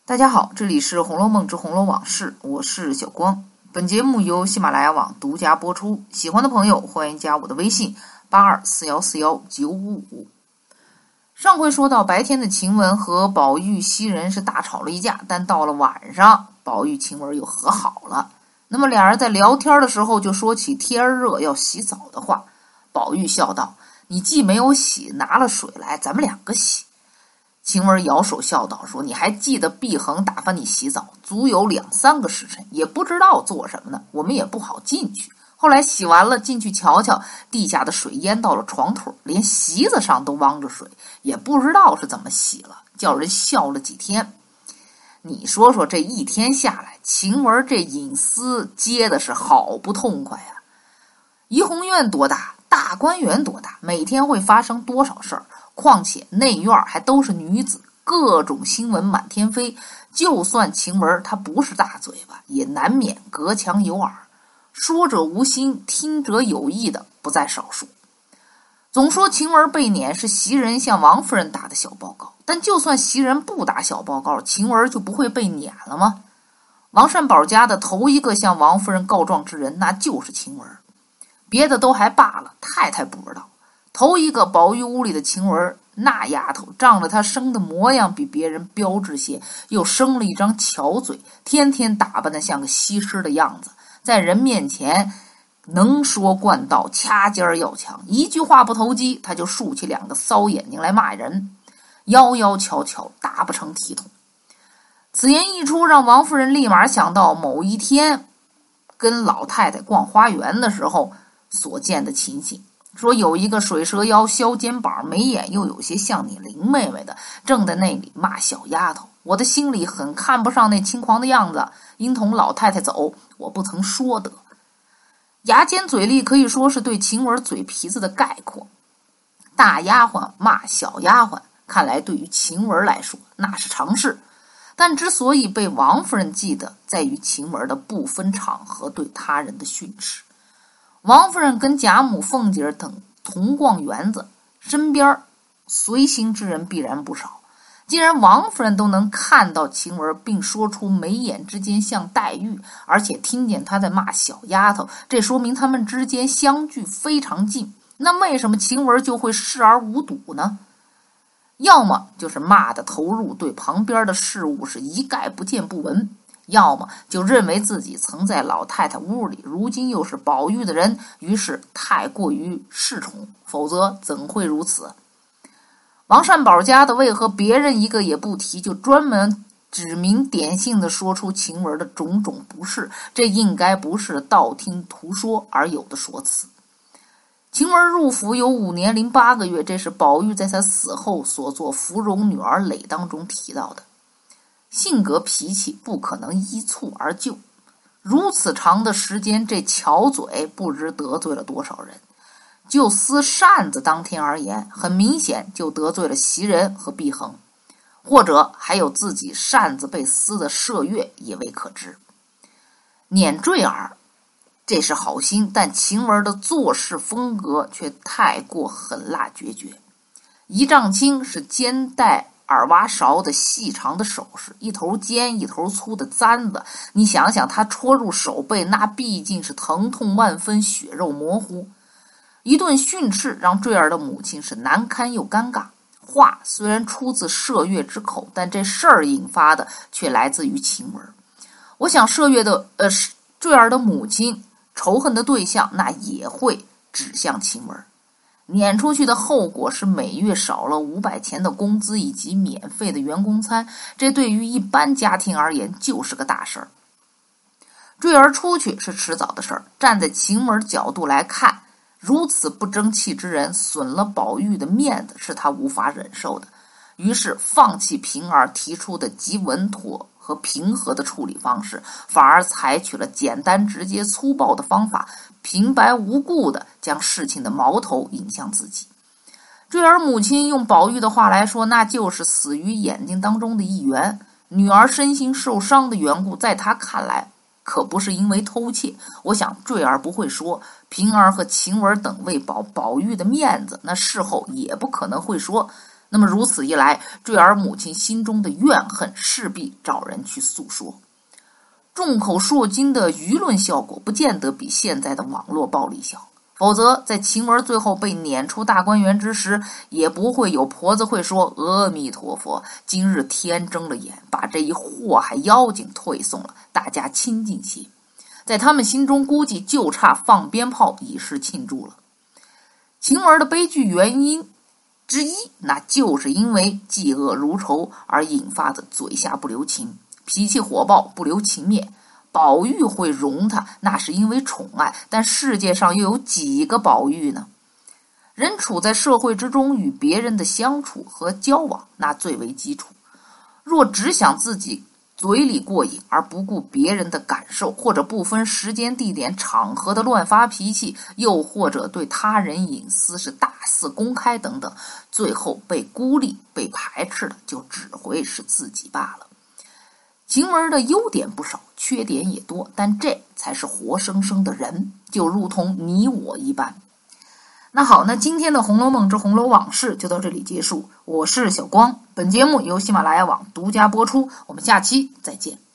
大家好，这里是《红楼梦之红楼往事》，我是小光。本节目由喜马拉雅网独家播出，喜欢的朋友欢迎加我的微信8241419555。上回说到，白天的晴雯和宝玉、袭人是大吵了一架，但到了晚上，宝玉、晴雯又和好了。那么俩人在聊天的时候就说起天热要洗澡的话，宝玉笑道：“你既没有洗，拿了水来，咱们两个洗。”晴雯摇手笑道说：“你还记得碧恒打发你洗澡，足有2-3个时辰，也不知道做什么呢，我们也不好进去。后来洗完了进去瞧瞧，地下的水淹到了床腿，连席子上都汪着水，也不知道是怎么洗了，叫人笑了几天。你说说这一天下来，晴雯这隐私接的是好不痛快啊！怡红院多大，大观园多大，每天会发生多少事儿？况且内院还都是女子，各种新闻满天飞，就算晴雯她不是大嘴巴，也难免隔墙有耳，说者无心，听者有意的不在少数。总说晴雯被撵是袭人向王夫人打的小报告，但就算袭人不打小报告，晴雯就不会被撵了吗？王善保家的头一个向王夫人告状之人，那就是晴雯，别的都还罢了，太太不知道。头一个宝玉屋里的晴雯，那丫头仗着她生的模样比别人标致些，又生了一张巧嘴，天天打扮得像个西施的样子，在人面前能说惯道，掐尖要强，一句话不投机，她就竖起2个骚眼睛来骂人，妖妖巧巧，打不成体统。此言一出，让王夫人立马想到某一天跟老太太逛花园的时候所见的情形，说有一个水蛇腰、削肩膀、眉眼又有些像你林妹妹的，正在那里骂小丫头。我的心里很看不上那轻狂的样子，应同老太太走，我不曾说得。牙尖嘴利可以说是对晴雯嘴皮子的概括。大丫鬟骂小丫鬟，看来对于晴雯来说那是常事，但之所以被王夫人记得，在于晴雯的不分场合对他人的训斥。王夫人跟贾母、凤姐等同逛园子，身边随行之人必然不少。既然王夫人都能看到晴雯，并说出眉眼之间像黛玉，而且听见她在骂小丫头，这说明他们之间相距非常近。那为什么晴雯就会视而无睹呢？要么就是骂的投入，对旁边的事物是一概不见不闻，要么就认为自己曾在老太太屋里，如今又是宝玉的人，于是太过于恃宠，否则怎会如此？王善保家的为何别人一个也不提，就专门指名点姓的说出晴雯的种种不是？这应该不是道听途说而有的说辞。晴雯入府有5年零8个月，这是宝玉在他死后所做芙蓉女儿诔当中提到的。性格脾气不可能依促而就，如此长的时间，这巧嘴不知得罪了多少人。就撕扇子当天而言，很明显就得罪了袭人和碧恒，或者还有自己扇子被撕的麝月也未可知。撵坠儿这是好心，但晴雯的做事风格却太过狠辣决绝。一丈青是肩带耳挖勺的细长的首饰，一头尖一头粗的簪子，你想想他戳入手背，那毕竟是疼痛万分，血肉模糊。一顿训斥让坠儿的母亲是难堪又尴尬。话虽然出自麝月之口，但这事儿引发的却来自于晴雯。我想坠儿的母亲仇恨的对象，那也会指向晴雯。撵出去的后果是每月少了500钱的工资以及免费的员工餐，这对于一般家庭而言就是个大事儿。坠儿出去是迟早的事儿，站在晴雯角度来看，如此不争气之人损了宝玉的面子，是他无法忍受的。于是放弃平儿提出的极稳妥和平和的处理方式，反而采取了简单直接粗暴的方法，平白无故的将事情的矛头引向自己。坠儿母亲用宝玉的话来说，那就是死于眼睛当中的一员。女儿身心受伤的缘故，在她看来可不是因为偷窃。我想坠儿不会说平儿和晴雯等为保宝玉的面子，那事后也不可能会说那么如此一来，坠儿母亲心中的怨恨势必找人去诉说。众口铄金的舆论效果不见得比现在的网络暴力小，否则在晴儿最后被撵出大观园之时，也不会有婆子会说阿弥陀佛，今日天睁了眼，把这一祸害妖精退送了，大家亲近些。在他们心中估计就差放鞭炮以示庆祝了。晴儿的悲剧原因之一，那就是因为嫉恶如仇而引发的嘴下不留情，脾气火爆，不留情面。宝玉会容他，那是因为宠爱，但世界上又有几个宝玉呢？人处在社会之中，与别人的相处和交往，那最为基础。若只想自己嘴里过瘾，而不顾别人的感受，或者不分时间地点场合的乱发脾气，又或者对他人隐私是大肆公开等等，最后被孤立被排斥的就只会是自己罢了。晴儿的优点不少，缺点也多，但这才是活生生的人，就如同你我一般。那好，那今天的《红楼梦之红楼往事》就到这里结束。我是小光，本节目由喜马拉雅网独家播出，我们下期再见。